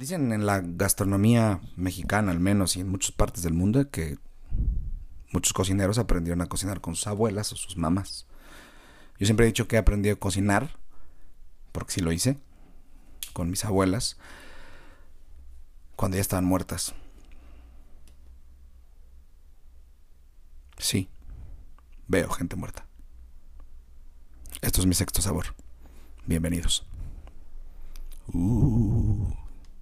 Dicen en la gastronomía mexicana, al menos, y en muchas partes del mundo, que muchos cocineros aprendieron a cocinar con sus abuelas o sus mamás. Yo siempre he dicho que he aprendido a cocinar, porque sí lo hice, con mis abuelas, cuando ya estaban muertas. Sí, veo gente muerta. Esto es mi sexto sabor. Bienvenidos. Uh.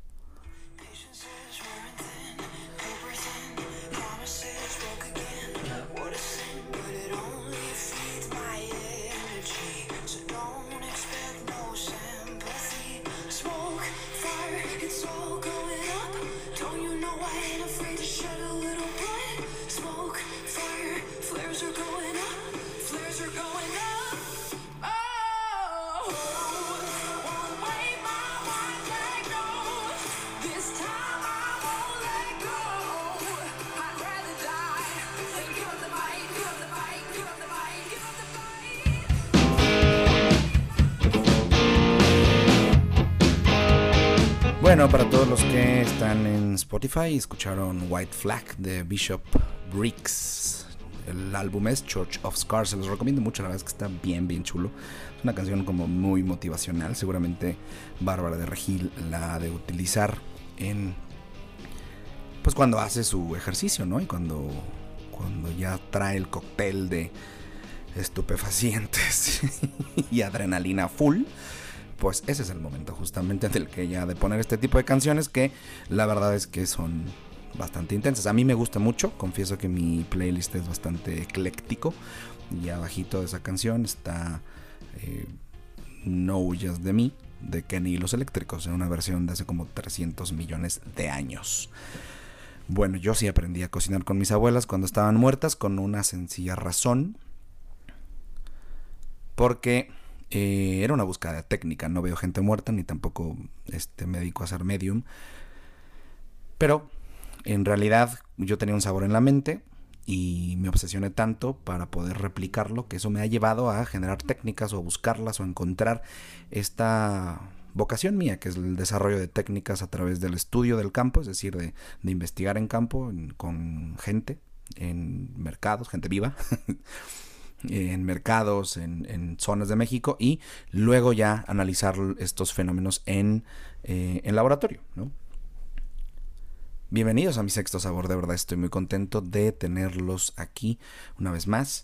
Bueno, para todos los que están en Spotify, escucharon White Flag de Bishop Briggs. El álbum es Church of Scars. Se los recomiendo mucho, la verdad es que está bien chulo. Es una canción como muy motivacional. Seguramente Bárbara de Regil la ha de utilizar en, pues, cuando hace su ejercicio, ¿no? Y cuando ya trae el cóctel de estupefacientes y adrenalina full, pues ese es el momento justamente en el que ella ha de poner este tipo de canciones que la verdad es que son bastante intensas. A mí me gusta mucho, confieso que mi playlist es bastante ecléctico y abajito de esa canción está No huyas de mí, de Kenny y los Eléctricos, en una versión de hace como 300 millones de años. Bueno, yo sí aprendí a cocinar con mis abuelas cuando estaban muertas, con una sencilla razón, porque era una búsqueda de técnica. No veo gente muerta, ni tampoco me dedico a ser medium, pero en realidad yo tenía un sabor en la mente y me obsesioné tanto para poder replicarlo, que eso me ha llevado a generar técnicas o a buscarlas o a encontrar esta vocación mía, que es el desarrollo de técnicas a través del estudio del campo, es decir, de investigar en campo con gente, en mercados, gente viva, en mercados, en zonas de México, y luego ya analizar estos fenómenos en laboratorio, ¿no? Bienvenidos a mi sexto sabor, de verdad estoy muy contento de tenerlos aquí una vez más.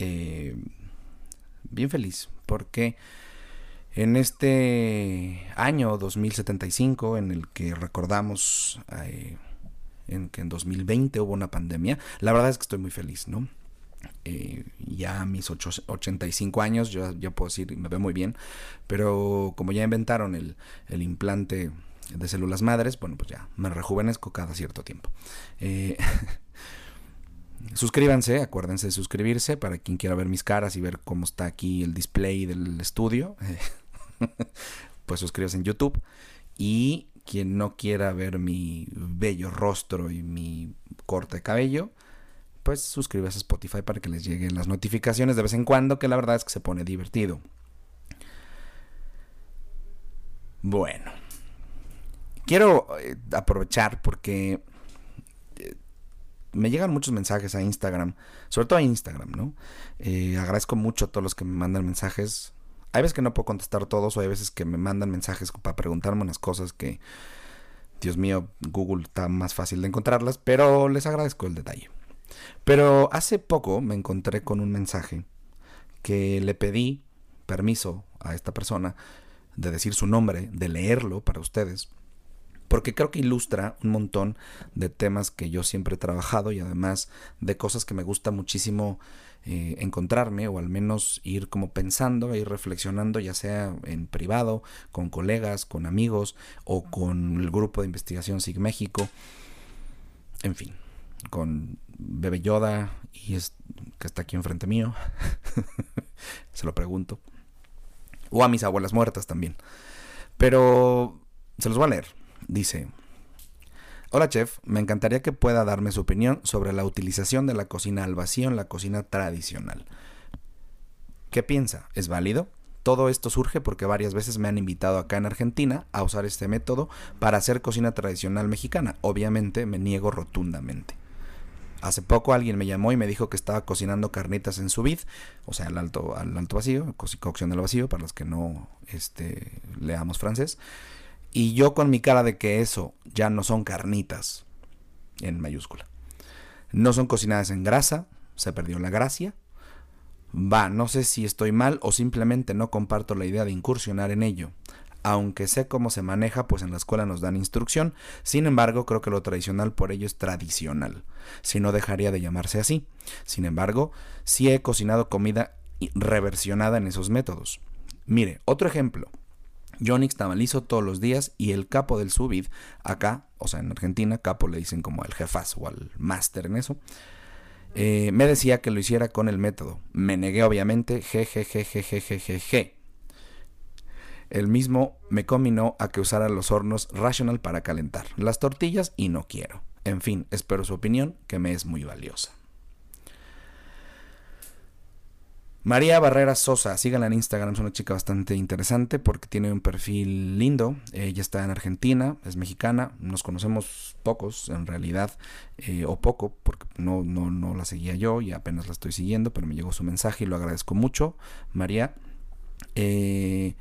Bien feliz porque en este año 2075, en el que recordamos en que en 2020 hubo una pandemia, la verdad es que estoy muy feliz, ¿no? Ya a mis 85 años yo ya puedo decir, me veo muy bien, pero como ya inventaron el implante de células madres, bueno, pues ya me rejuvenezco cada cierto tiempo. Suscríbanse, acuérdense de suscribirse para quien quiera ver mis caras y ver cómo está aquí el display del estudio. Pues suscríbanse en YouTube. Y quien no quiera ver mi bello rostro y mi corte de cabello, pues suscríbase a Spotify para que les lleguen las notificaciones de vez en cuando, que la verdad es que se pone divertido. Bueno, quiero aprovechar porque me llegan muchos mensajes a Instagram, sobre todo a Instagram, ¿no? Agradezco mucho a todos los que me mandan mensajes. Hay veces que no puedo contestar todos, o hay veces que me mandan mensajes para preguntarme unas cosas que, Dios mío, Google está más fácil de encontrarlas, pero les agradezco el detalle. Pero hace poco me encontré con un mensaje que le pedí permiso a esta persona de decir su nombre, de leerlo para ustedes, porque creo que ilustra un montón de temas que yo siempre he trabajado y además de cosas que me gusta muchísimo encontrarme, o al menos ir como pensando, ir reflexionando, ya sea en privado, con colegas, con amigos o con el grupo de investigación SIG México, en fin, con Bebe Yoda y que está aquí enfrente mío. Se lo pregunto, o a mis abuelas muertas también, pero se los voy a leer. Dice: hola chef, me encantaría que pueda darme su opinión sobre la utilización de la cocina al vacío en la cocina tradicional. ¿Qué piensa? ¿Es válido? Todo esto surge porque varias veces me han invitado acá en Argentina a usar este método para hacer cocina tradicional mexicana. Obviamente me niego rotundamente. Hace poco alguien me llamó y me dijo que estaba cocinando carnitas en sous vide, o sea, al alto vacío, cocción del vacío, para los que no leamos francés. Y yo con mi cara de que eso ya no son carnitas, en mayúscula. No son cocinadas en grasa, se perdió la gracia. No sé si estoy mal o simplemente no comparto la idea de incursionar en ello. Aunque sé cómo se maneja, pues en la escuela nos dan instrucción. Sin embargo, creo que lo tradicional por ello es tradicional. Si no, dejaría de llamarse así. Sin embargo, sí he cocinado comida reversionada en esos métodos. Mire, otro ejemplo. Yo nixtamalizo todos los días y el capo del sous vide, acá, o sea en Argentina, capo le dicen como al jefazo o al máster en eso, me decía que lo hiciera con el método. Me negué obviamente, jejejejejejeje. El mismo me combinó a que usara los hornos Rational para calentar las tortillas y no quiero. En fin, espero su opinión, que me es muy valiosa. María Barrera Sosa, síganla en Instagram, es una chica bastante interesante porque tiene un perfil lindo. Ella está en Argentina, es mexicana, nos conocemos pocos en realidad, o poco, porque no la seguía yo y apenas la estoy siguiendo, pero me llegó su mensaje y lo agradezco mucho, María. Le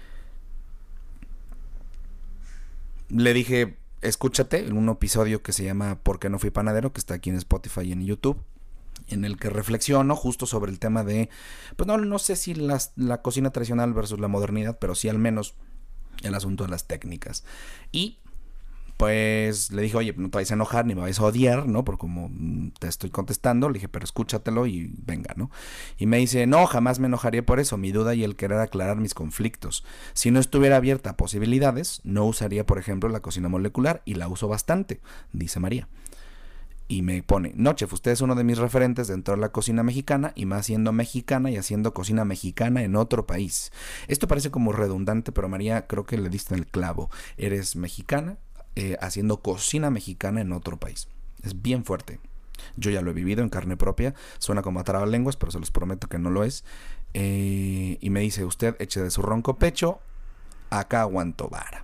dije, escúchate en un episodio que se llama ¿Por qué no fui panadero?, que está aquí en Spotify y en YouTube, en el que reflexiono justo sobre el tema de, pues no sé si la cocina tradicional versus la modernidad, pero sí al menos el asunto de las técnicas. Y pues le dije, oye, no te vayas a enojar ni me vayas a odiar, ¿no? Porque como te estoy contestando, le dije, pero escúchatelo y venga, ¿no? Y me dice, no, jamás me enojaría por eso, mi duda y el querer aclarar mis conflictos. Si no estuviera abierta a posibilidades, no usaría, por ejemplo, la cocina molecular y la uso bastante, dice María. Y me pone, no, chef, usted es uno de mis referentes dentro de la cocina mexicana y más siendo mexicana y haciendo cocina mexicana en otro país. Esto parece como redundante, pero María, creo que le diste el clavo. Eres mexicana haciendo cocina mexicana en otro país. Es bien fuerte. Yo ya lo he vivido en carne propia. Suena como a trabalenguas, pero se los prometo que no lo es. Y me dice, usted eche de su ronco pecho, acá aguanto vara.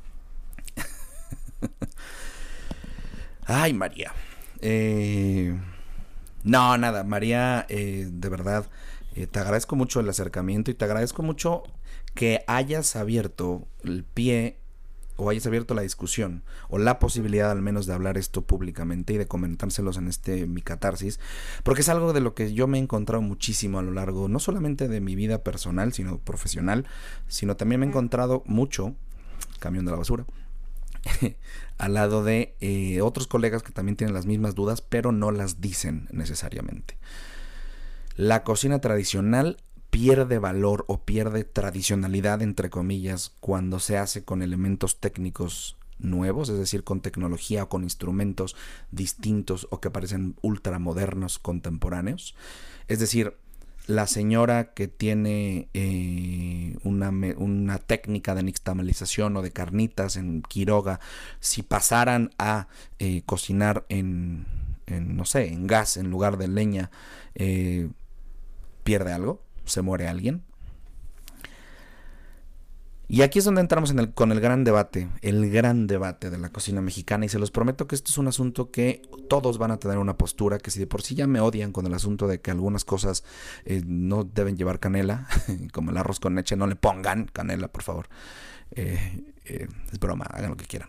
Ay, María. No, nada, María, de verdad, te agradezco mucho el acercamiento y te agradezco mucho que hayas abierto el pie o hayas abierto la discusión o la posibilidad al menos de hablar esto públicamente y de comentárselos en mi catarsis, porque es algo de lo que yo me he encontrado muchísimo a lo largo no solamente de mi vida personal, sino profesional, sino también me he encontrado mucho, camión de la basura, al lado de otros colegas que también tienen las mismas dudas, pero no las dicen necesariamente. La cocina tradicional pierde valor o pierde tradicionalidad, entre comillas, cuando se hace con elementos técnicos nuevos, es decir, con tecnología o con instrumentos distintos o que parecen ultramodernos contemporáneos. Es decir, la señora que tiene una técnica de nixtamalización o de carnitas en Quiroga, si pasaran a cocinar no sé, en gas en lugar de leña, ¿pierde algo? ¿Se muere alguien? Y aquí es donde entramos con el gran debate de la cocina mexicana, y se los prometo que esto es un asunto que todos van a tener una postura, que si de por sí ya me odian con el asunto de que algunas cosas no deben llevar canela, como el arroz con leche, no le pongan canela, por favor. Es broma, hagan lo que quieran.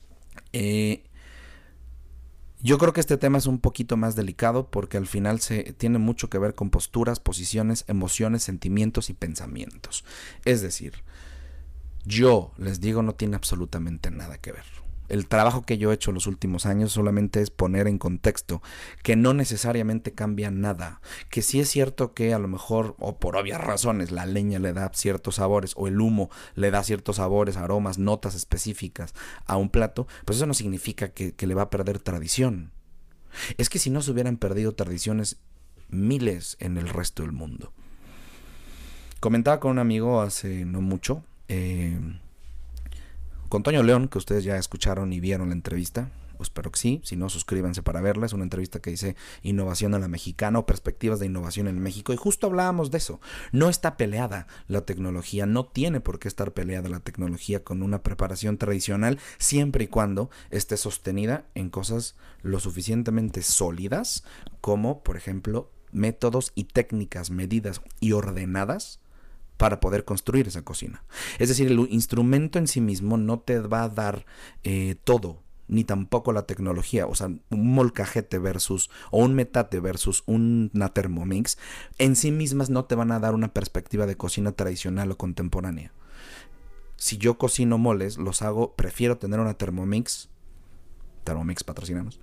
Yo creo que este tema es un poquito más delicado porque al final tiene mucho que ver con posturas, posiciones, emociones, sentimientos y pensamientos. Es decir, yo les digo, no tiene absolutamente nada que ver. El trabajo que yo he hecho en los últimos años solamente es poner en contexto que no necesariamente cambia nada, que sí es cierto que a lo mejor, o por obvias razones, la leña le da ciertos sabores o el humo le da ciertos sabores, aromas, notas específicas a un plato, pues eso no significa que le va a perder tradición. Es que si no se hubieran perdido tradiciones miles en el resto del mundo. Comentaba con un amigo hace no mucho, con Toño León, que ustedes ya escucharon y vieron la entrevista, Espero que sí, si no, suscríbanse para verla. Es una entrevista que dice Innovación a la Mexicana o Perspectivas de Innovación en México. Y justo hablábamos de eso. No está peleada la tecnología, no tiene por qué estar peleada la tecnología con una preparación tradicional, siempre y cuando esté sostenida en cosas lo suficientemente sólidas como, por ejemplo, métodos y técnicas medidas y ordenadas para poder construir esa cocina. Es decir, el instrumento en sí mismo no te va a dar todo, ni tampoco la tecnología. O sea, un molcajete versus, o un metate versus una Thermomix, en sí mismas no te van a dar una perspectiva de cocina tradicional o contemporánea. Si yo cocino moles, los hago, prefiero tener una Thermomix patrocinanos,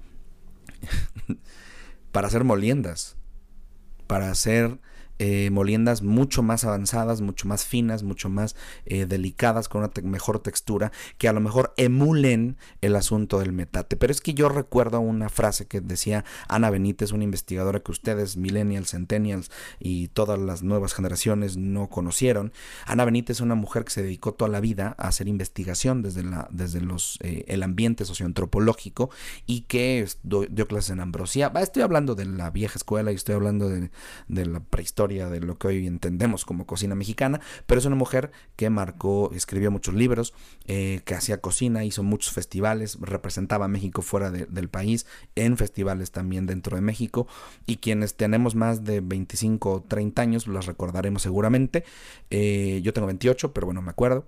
para hacer moliendas, para hacer moliendas mucho más avanzadas, mucho más finas, mucho más delicadas, con una mejor textura, que a lo mejor emulen el asunto del metate. Pero es que yo recuerdo una frase que decía Ana Benítez, una investigadora que ustedes, millennials, centennials y todas las nuevas generaciones no conocieron. Ana Benítez es una mujer que se dedicó toda la vida a hacer investigación desde el ambiente socioantropológico, y que dio clases en Ambrosía. Estoy hablando de la vieja escuela y estoy hablando de la prehistoria, de lo que hoy entendemos como cocina mexicana, pero es una mujer que escribió muchos libros, que hacía cocina, hizo muchos festivales, representaba a México fuera del país, en festivales también dentro de México, y quienes tenemos más de 25 o 30 años las recordaremos seguramente. Yo tengo 28, pero bueno, me acuerdo.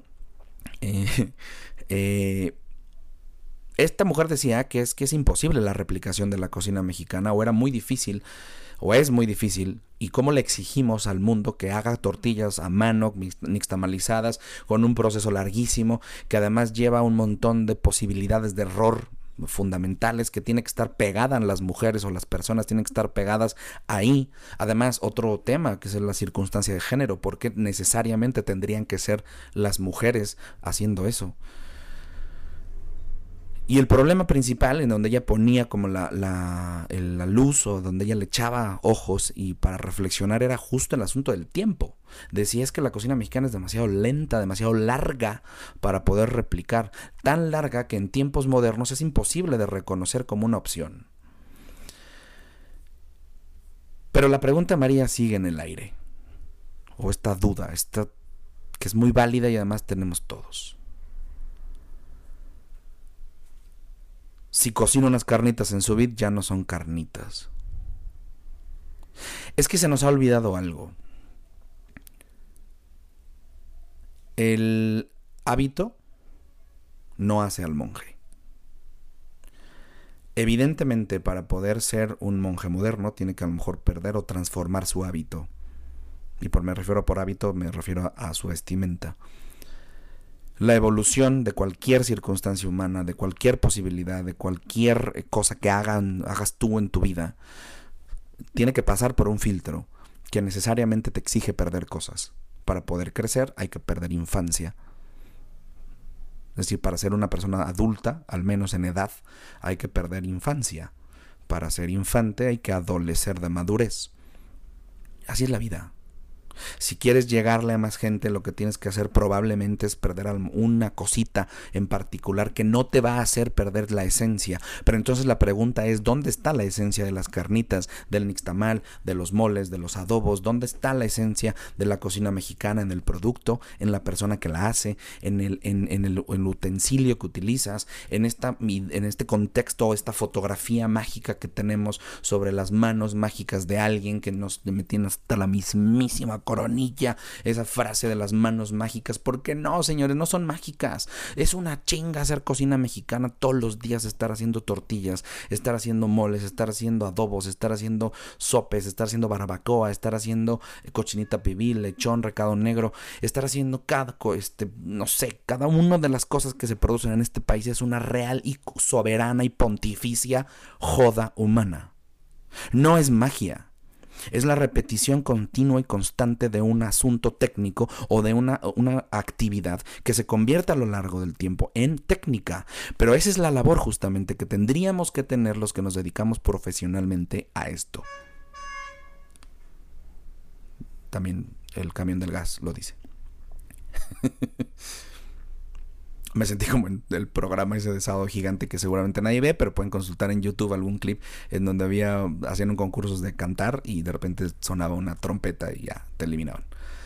Esta mujer decía que es imposible la replicación de la cocina mexicana, o era muy difícil, o es muy difícil, y cómo le exigimos al mundo que haga tortillas a mano, nixtamalizadas, con un proceso larguísimo, que además lleva un montón de posibilidades de error fundamentales, que tiene que estar pegada en las mujeres, o las personas tienen que estar pegadas ahí. Además, otro tema que es la circunstancia de género, porque necesariamente tendrían que ser las mujeres haciendo eso. Y el problema principal, en donde ella ponía como la luz, o donde ella le echaba ojos y para reflexionar, era justo el asunto del tiempo. Decía, es que la cocina mexicana es demasiado lenta, demasiado larga para poder replicar. Tan larga que en tiempos modernos es imposible de reconocer como una opción. Pero la pregunta, María, sigue en el aire. O esta duda, que es muy válida y además tenemos todos. Si cocino unas carnitas en sous vide, ya no son carnitas. Es que se nos ha olvidado algo. El hábito no hace al monje. Evidentemente, para poder ser un monje moderno, tiene que a lo mejor perder o transformar su hábito. Y me refiero por hábito, me refiero a su vestimenta. La evolución de cualquier circunstancia humana, de cualquier posibilidad, de cualquier cosa que hagas tú en tu vida, tiene que pasar por un filtro que necesariamente te exige perder cosas. Para poder crecer hay que perder infancia. Es decir, para ser una persona adulta, al menos en edad, hay que perder infancia. Para ser infante hay que adolecer de madurez. Así es la vida. Si quieres llegarle a más gente, lo que tienes que hacer probablemente es perder una cosita en particular que no te va a hacer perder la esencia. Pero entonces la pregunta es, ¿dónde está la esencia de las carnitas, del nixtamal, de los moles, de los adobos? ¿Dónde está la esencia de la cocina mexicana? En el producto, en la persona que la hace, en el utensilio que utilizas, en este contexto, esta fotografía mágica que tenemos sobre las manos mágicas de alguien que nos tiene hasta la mismísima coronilla, esa frase de las manos mágicas. ¿Por qué no, señores? No son mágicas. Es una chinga hacer cocina mexicana todos los días, estar haciendo tortillas, estar haciendo moles, estar haciendo adobos, estar haciendo sopes, estar haciendo barbacoa, estar haciendo cochinita pibil, lechón, recado negro, estar haciendo cada una de las cosas que se producen en este país. Es una real y soberana y pontificia joda humana. No es magia. Es la repetición continua y constante de un asunto técnico o de una actividad que se convierte a lo largo del tiempo en técnica. Pero esa es la labor justamente que tendríamos que tener los que nos dedicamos profesionalmente a esto. También el camión del gas lo dice. Me sentí como en el programa ese de Sábado Gigante que seguramente nadie ve, pero pueden consultar en YouTube algún clip en donde hacían un concurso de cantar y de repente sonaba una trompeta y ya te eliminaban.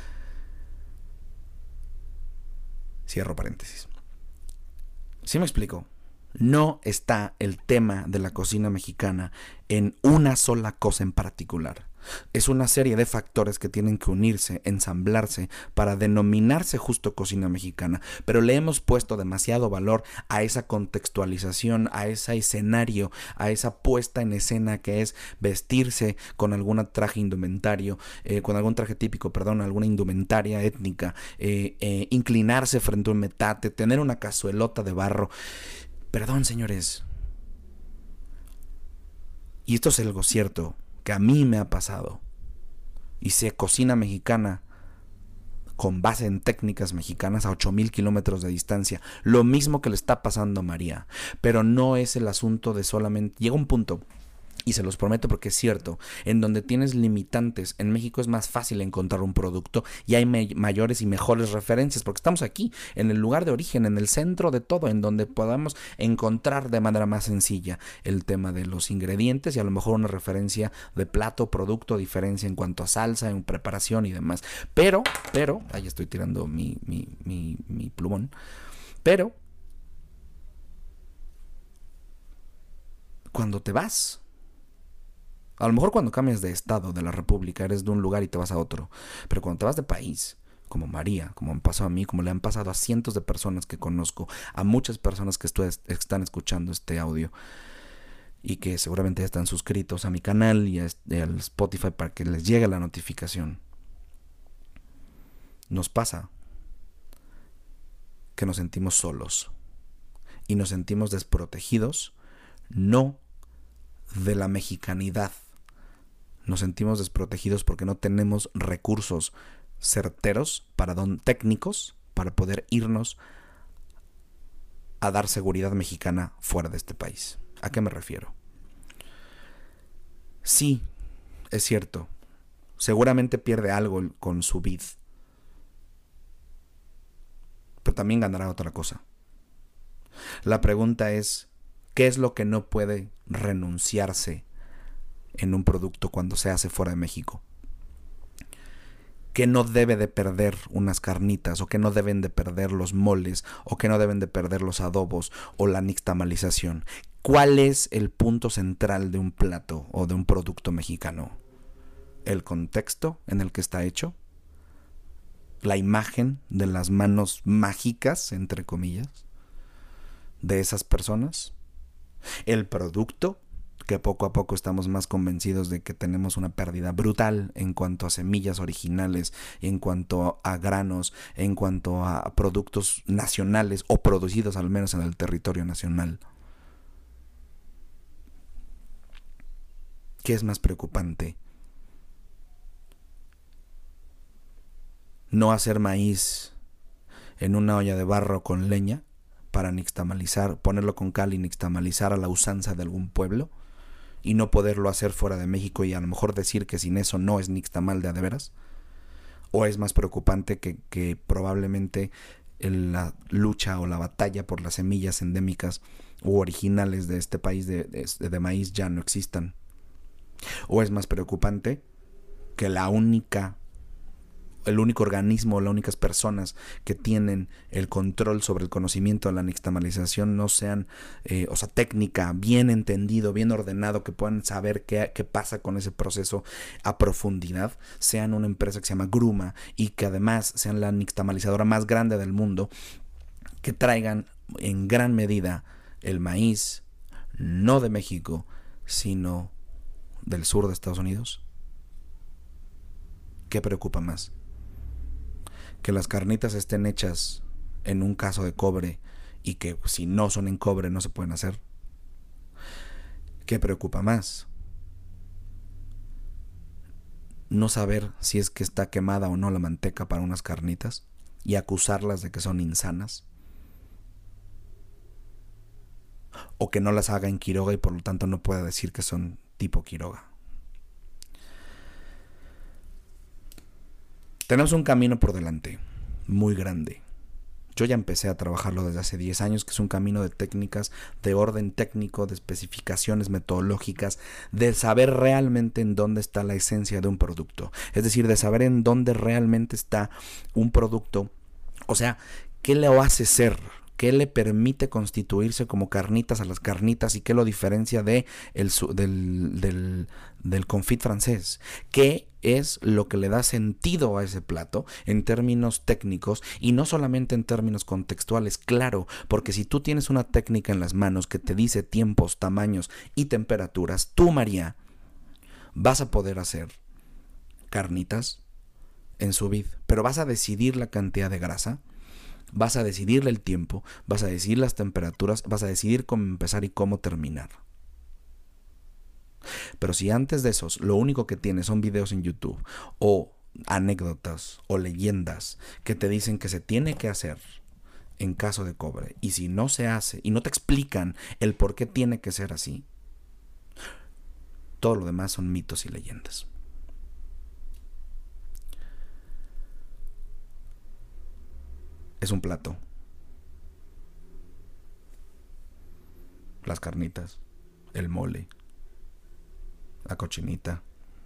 Cierro paréntesis. ¿Sí me explico? No está el tema de la cocina mexicana en una sola cosa en particular. Es una serie de factores que tienen que unirse, ensamblarse para denominarse justo cocina mexicana, pero le hemos puesto demasiado valor a esa contextualización, a ese escenario, a esa puesta en escena que es vestirse con algún traje indumentario, con algún traje típico, perdón, alguna indumentaria étnica, inclinarse frente a un metate, tener una cazuelota de barro. Perdón, señores. Y esto es algo cierto que a mí me ha pasado. Hice cocina mexicana con base en técnicas mexicanas a 8,000 kilómetros de distancia. Lo mismo que le está pasando a María. Pero no es el asunto de solamente... Llega un punto, y se los prometo porque es cierto, en donde tienes limitantes. En México es más fácil encontrar un producto y hay mayores y mejores referencias porque estamos aquí, en el lugar de origen, en el centro de todo, en donde podamos encontrar de manera más sencilla el tema de los ingredientes y a lo mejor una referencia de plato, producto, diferencia en cuanto a salsa, en preparación y demás. Pero, ahí estoy tirando mi plumón, pero cuando te vas, a lo mejor cuando cambias de estado de la república eres de un lugar y te vas a otro, pero cuando te vas de país, como María, como me pasó a mí, como le han pasado a cientos de personas que conozco, a muchas personas que están escuchando este audio y que seguramente ya están suscritos a mi canal y al Spotify para que les llegue la notificación, nos pasa que nos sentimos solos y nos sentimos desprotegidos, no de la mexicanidad. Nos sentimos desprotegidos porque no tenemos recursos certeros técnicos para poder irnos a dar seguridad mexicana fuera de este país. ¿A qué me refiero? Sí, es cierto. Seguramente pierde algo con su vid, pero también ganará otra cosa. La pregunta es, ¿qué es lo que no puede renunciarse en un producto cuando se hace fuera de México? ¿Qué no debe de perder unas carnitas? ¿O qué no deben de perder los moles? ¿O qué no deben de perder los adobos? ¿O la nixtamalización? ¿Cuál es el punto central de un plato o de un producto mexicano? ¿El contexto en el que está hecho? ¿La imagen de las manos mágicas, entre comillas, de esas personas? ¿El producto? Que poco a poco estamos más convencidos de que tenemos una pérdida brutal en cuanto a semillas originales, en cuanto a granos, en cuanto a productos nacionales o producidos al menos en el territorio nacional. ¿Qué es más preocupante? ¿No hacer maíz en una olla de barro con leña para nixtamalizar, ponerlo con cal y nixtamalizar a la usanza de algún pueblo? Y no poderlo hacer fuera de México y a lo mejor decir que sin eso no es nixtamal de a de veras. ¿O es más preocupante que probablemente la lucha o la batalla por las semillas endémicas u originales de este país de maíz ya no existan? ¿O es más preocupante que el único organismo, las únicas personas que tienen el control sobre el conocimiento de la nixtamalización no sean, técnica, bien entendido, bien ordenado, que puedan saber qué pasa con ese proceso a profundidad, sean una empresa que se llama Gruma y que además sean la nixtamalizadora más grande del mundo, que traigan en gran medida el maíz, no de México, sino del sur de Estados Unidos? ¿Qué preocupa más? Que las carnitas estén hechas en un caso de cobre y que si no son en cobre no se pueden hacer. ¿Qué preocupa más? No saber si es que está quemada o no la manteca para unas carnitas y acusarlas de que son insanas, o que no las haga en Quiroga y por lo tanto no pueda decir que son tipo Quiroga. Tenemos un camino por delante, muy grande, Yo ya empecé a trabajarlo desde hace 10 años, que es un camino de técnicas, de orden técnico, de especificaciones metodológicas, de saber realmente en dónde está la esencia de un producto. Es decir, de saber en dónde realmente está un producto. O sea, ¿qué le hace ser? ¿Qué le permite constituirse como carnitas a las carnitas y qué lo diferencia del confit francés? ¿Qué es lo que le da sentido a ese plato en términos técnicos y no solamente en términos contextuales? Claro, porque si tú tienes una técnica en las manos que te dice tiempos, tamaños y temperaturas, tú, María, vas a poder hacer carnitas en sous vide, pero vas a decidir la cantidad de grasa, vas a decidirle el tiempo, vas a decidir las temperaturas, vas a decidir cómo empezar y cómo terminar. Pero si antes de esos lo único que tienes son videos en YouTube o anécdotas o leyendas que te dicen que se tiene que hacer en caso de cobre, y si no se hace y no te explican el por qué tiene que ser así, todo lo demás son mitos y leyendas. Es un plato. Las carnitas, el mole, la cochinita.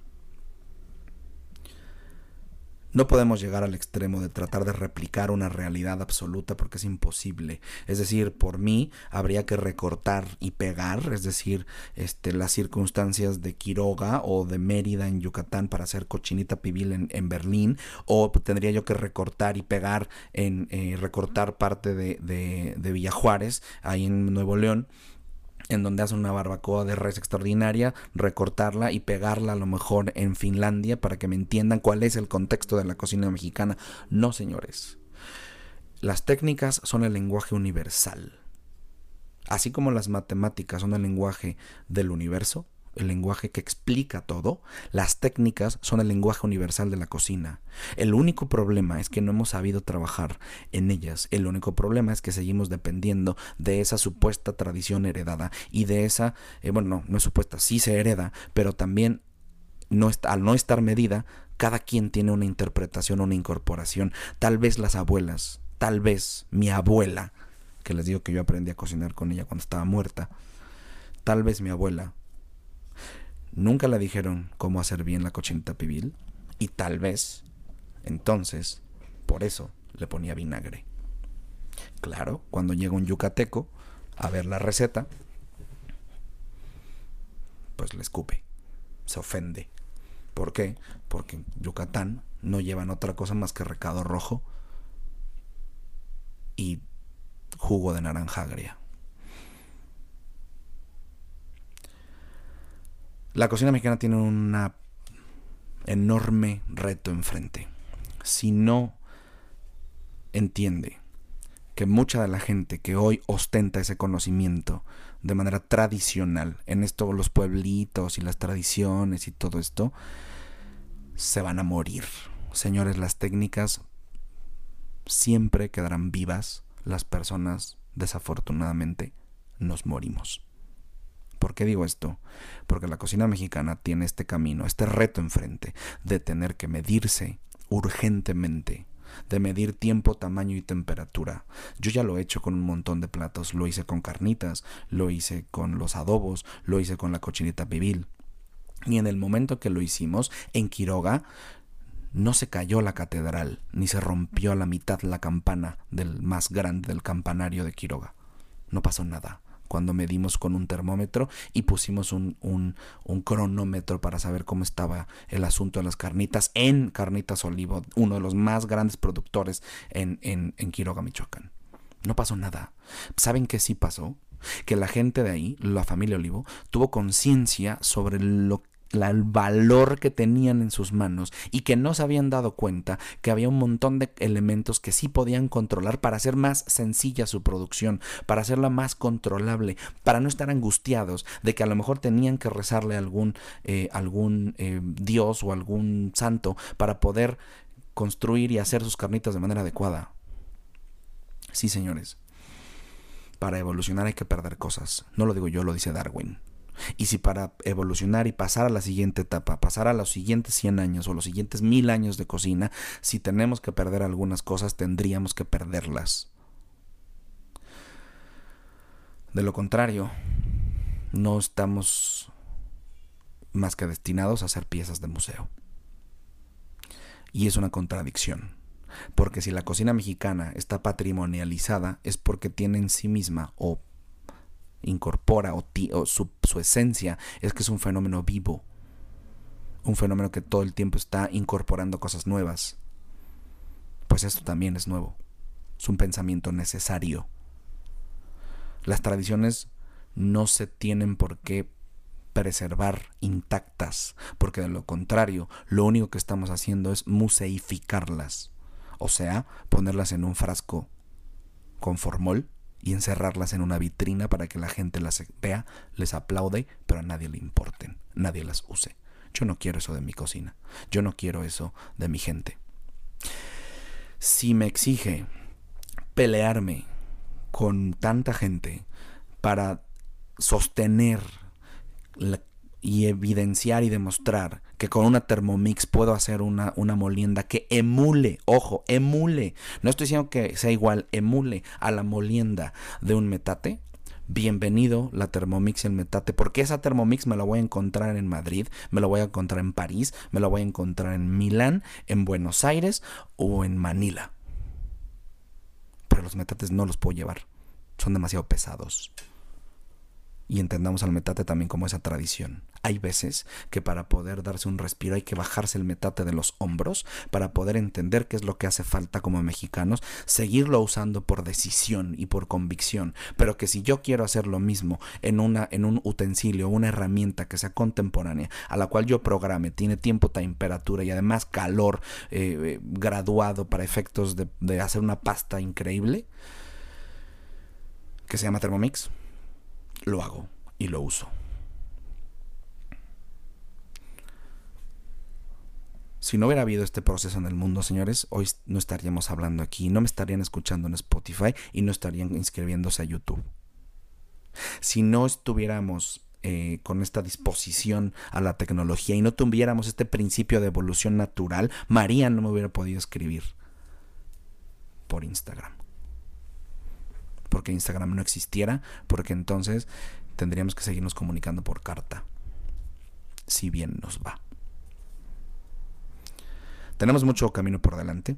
No podemos llegar al extremo de tratar de replicar una realidad absoluta porque es imposible. Es decir, por mí habría que recortar y pegar, es decir, las circunstancias de Quiroga o de Mérida en Yucatán para hacer cochinita pibil en Berlín, o tendría yo que recortar y pegar recortar parte de Villa Juárez, ahí en Nuevo León, en donde hacen una barbacoa de res extraordinaria, recortarla y pegarla a lo mejor en Finlandia para que me entiendan cuál es el contexto de la cocina mexicana. No, señores. Las técnicas son el lenguaje universal. Así como las matemáticas son el lenguaje del universo, el lenguaje que explica todo, las técnicas son el lenguaje universal de la cocina. El único problema es que no hemos sabido trabajar en ellas. El único problema es que seguimos dependiendo de esa supuesta tradición heredada y de esa, no es supuesta, sí se hereda, pero también al no estar medida, cada quien tiene una interpretación, una incorporación. Tal vez las abuelas, tal vez mi abuela, que les digo que yo aprendí a cocinar con ella cuando estaba muerta, tal vez mi abuela nunca le dijeron cómo hacer bien la cochinita pibil, y tal vez, entonces, por eso le ponía vinagre. Claro, cuando llega un yucateco a ver la receta, pues le escupe, se ofende. ¿Por qué? Porque en Yucatán no llevan otra cosa más que recado rojo y jugo de naranja agria. La cocina mexicana tiene un enorme reto enfrente. Si no entiende que mucha de la gente que hoy ostenta ese conocimiento de manera tradicional, en esto los pueblitos y las tradiciones y todo esto, se van a morir. Señores, las técnicas siempre quedarán vivas. Las personas, desafortunadamente, nos morimos. ¿Por qué digo esto? Porque la cocina mexicana tiene este camino, este reto enfrente de tener que medirse urgentemente, de medir tiempo, tamaño y temperatura. Yo ya lo he hecho con un montón de platos. Lo hice con carnitas, lo hice con los adobos, lo hice con la cochinita pibil. Y en el momento que lo hicimos, en Quiroga, no se cayó la catedral, ni se rompió a la mitad la campana del más grande del campanario de Quiroga. No pasó nada. Cuando medimos con un termómetro y pusimos un cronómetro para saber cómo estaba el asunto de las carnitas en Carnitas Olivo, uno de los más grandes productores en Quiroga, Michoacán. No pasó nada. ¿Saben qué sí pasó? Que la gente de ahí, la familia Olivo, tuvo conciencia sobre el valor que tenían en sus manos y que no se habían dado cuenta que había un montón de elementos que sí podían controlar para hacer más sencilla su producción, para hacerla más controlable, para no estar angustiados de que a lo mejor tenían que rezarle a algún dios o algún santo para poder construir y hacer sus carnitas de manera adecuada. Sí, señores, para evolucionar hay que perder cosas. No lo digo yo, lo dice Darwin. Y si para evolucionar y pasar a la siguiente etapa, pasar a los siguientes 100 años o los siguientes 1000 años de cocina, si tenemos que perder algunas cosas, tendríamos que perderlas. De lo contrario, no estamos más que destinados a ser piezas de museo. Y es una contradicción, porque si la cocina mexicana está patrimonializada es porque tiene en sí misma o incorpora o su esencia es que es un fenómeno vivo, un fenómeno que todo el tiempo está incorporando cosas nuevas. Pues esto también es nuevo, es un pensamiento necesario. Las tradiciones no se tienen por qué preservar intactas, porque de lo contrario, lo único que estamos haciendo es museificarlas, o sea, ponerlas en un frasco con formol y encerrarlas en una vitrina para que la gente las vea, les aplaude, pero a nadie le importen, nadie las use. Yo no quiero eso de mi cocina, yo no quiero eso de mi gente. Si me exige pelearme con tanta gente para sostener y evidenciar y demostrar que con una Thermomix puedo hacer una molienda que emule, ojo, emule, no estoy diciendo que sea igual, emule a la molienda de un metate, bienvenido la Thermomix y el metate, porque esa Thermomix me la voy a encontrar en Madrid, me la voy a encontrar en París, me la voy a encontrar en Milán, en Buenos Aires o en Manila. Pero los metates no los puedo llevar, son demasiado pesados. Y entendamos al metate también como esa tradición. Hay veces que para poder darse un respiro hay que bajarse el metate de los hombros para poder entender qué es lo que hace falta como mexicanos, seguirlo usando por decisión y por convicción, pero que si yo quiero hacer lo mismo en un utensilio, una herramienta que sea contemporánea, a la cual yo programe, tiene tiempo, temperatura y además calor graduado para efectos de hacer una pasta increíble, que se llama Thermomix, lo hago y lo uso. Si no hubiera habido este proceso en el mundo, señores, hoy no estaríamos hablando aquí, no me estarían escuchando en Spotify y no estarían inscribiéndose a YouTube. Si no estuviéramos con esta disposición a la tecnología y no tuviéramos este principio de evolución natural, María no me hubiera podido escribir por Instagram. Porque Instagram no existiera, porque entonces tendríamos que seguirnos comunicando por carta, si bien nos va. Tenemos mucho camino por delante.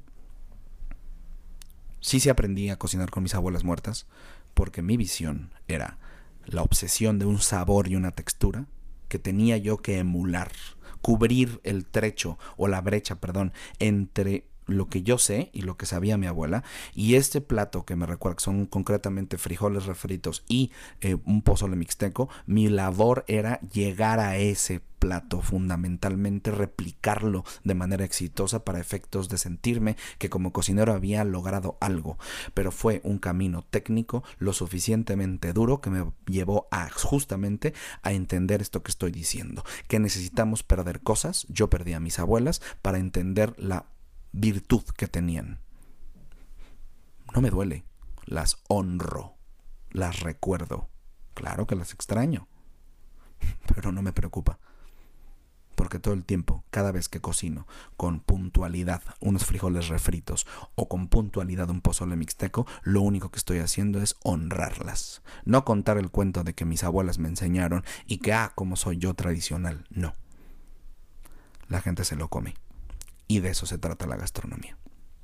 Sí aprendí a cocinar con mis abuelas muertas, porque mi visión era la obsesión de un sabor y una textura que tenía yo que emular, cubrir el trecho o la brecha, entre lo que yo sé y lo que sabía mi abuela, y este plato que me recuerda que son concretamente frijoles refritos y un pozole mixteco, mi labor era llegar a ese plato, fundamentalmente replicarlo de manera exitosa para efectos de sentirme que como cocinero había logrado algo, pero fue un camino técnico lo suficientemente duro que me llevó justamente a entender esto que estoy diciendo, que necesitamos perder cosas. Yo perdí a mis abuelas para entender la virtud que tenían. No me duele, las honro, las recuerdo. Claro que las extraño, pero no me preocupa, porque todo el tiempo, cada vez que cocino con puntualidad unos frijoles refritos o con puntualidad un pozole mixteco, lo único que estoy haciendo es honrarlas. No contar el cuento de que mis abuelas me enseñaron y que, como soy yo tradicional. No. La gente se lo come. Y de eso se trata la gastronomía.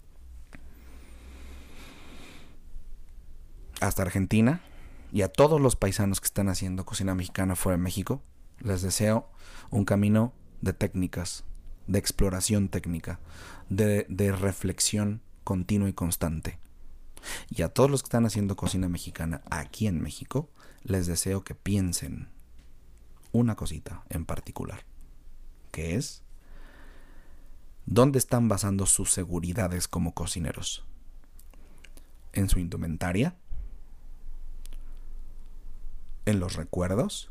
Hasta Argentina y a todos los paisanos que están haciendo cocina mexicana fuera de México, les deseo un camino de técnicas, de exploración técnica, de reflexión continua y constante. Y a todos los que están haciendo cocina mexicana aquí en México, les deseo que piensen una cosita en particular, que es: ¿dónde están basando sus seguridades como cocineros? ¿En su indumentaria? ¿En los recuerdos?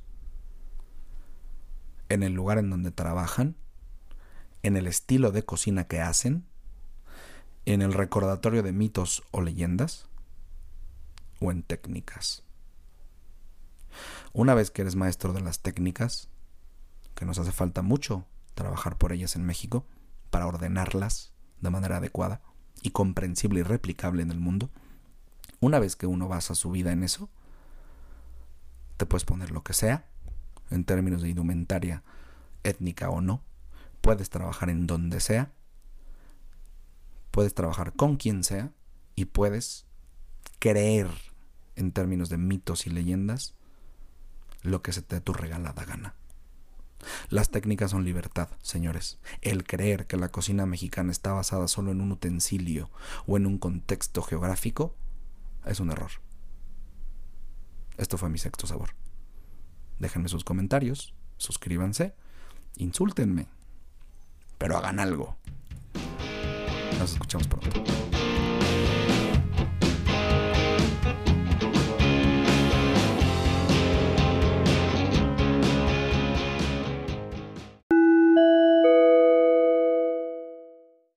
¿En el lugar en donde trabajan? ¿En el estilo de cocina que hacen? ¿En el recordatorio de mitos o leyendas? ¿O en técnicas? Una vez que eres maestro de las técnicas, que nos hace falta mucho trabajar por ellas en México, para ordenarlas de manera adecuada y comprensible y replicable en el mundo, una vez que uno basa su vida en eso, te puedes poner lo que sea, en términos de indumentaria étnica o no. Puedes trabajar en donde sea. Puedes trabajar con quien sea. Y puedes creer, en términos de mitos y leyendas, lo que se te dé tu regalada gana. Las técnicas son libertad, señores. El creer que la cocina mexicana está basada solo en un utensilio o en un contexto geográfico es un error. Esto fue mi sexto sabor. Déjenme sus comentarios, suscríbanse, insúltenme, pero hagan algo. Nos escuchamos pronto.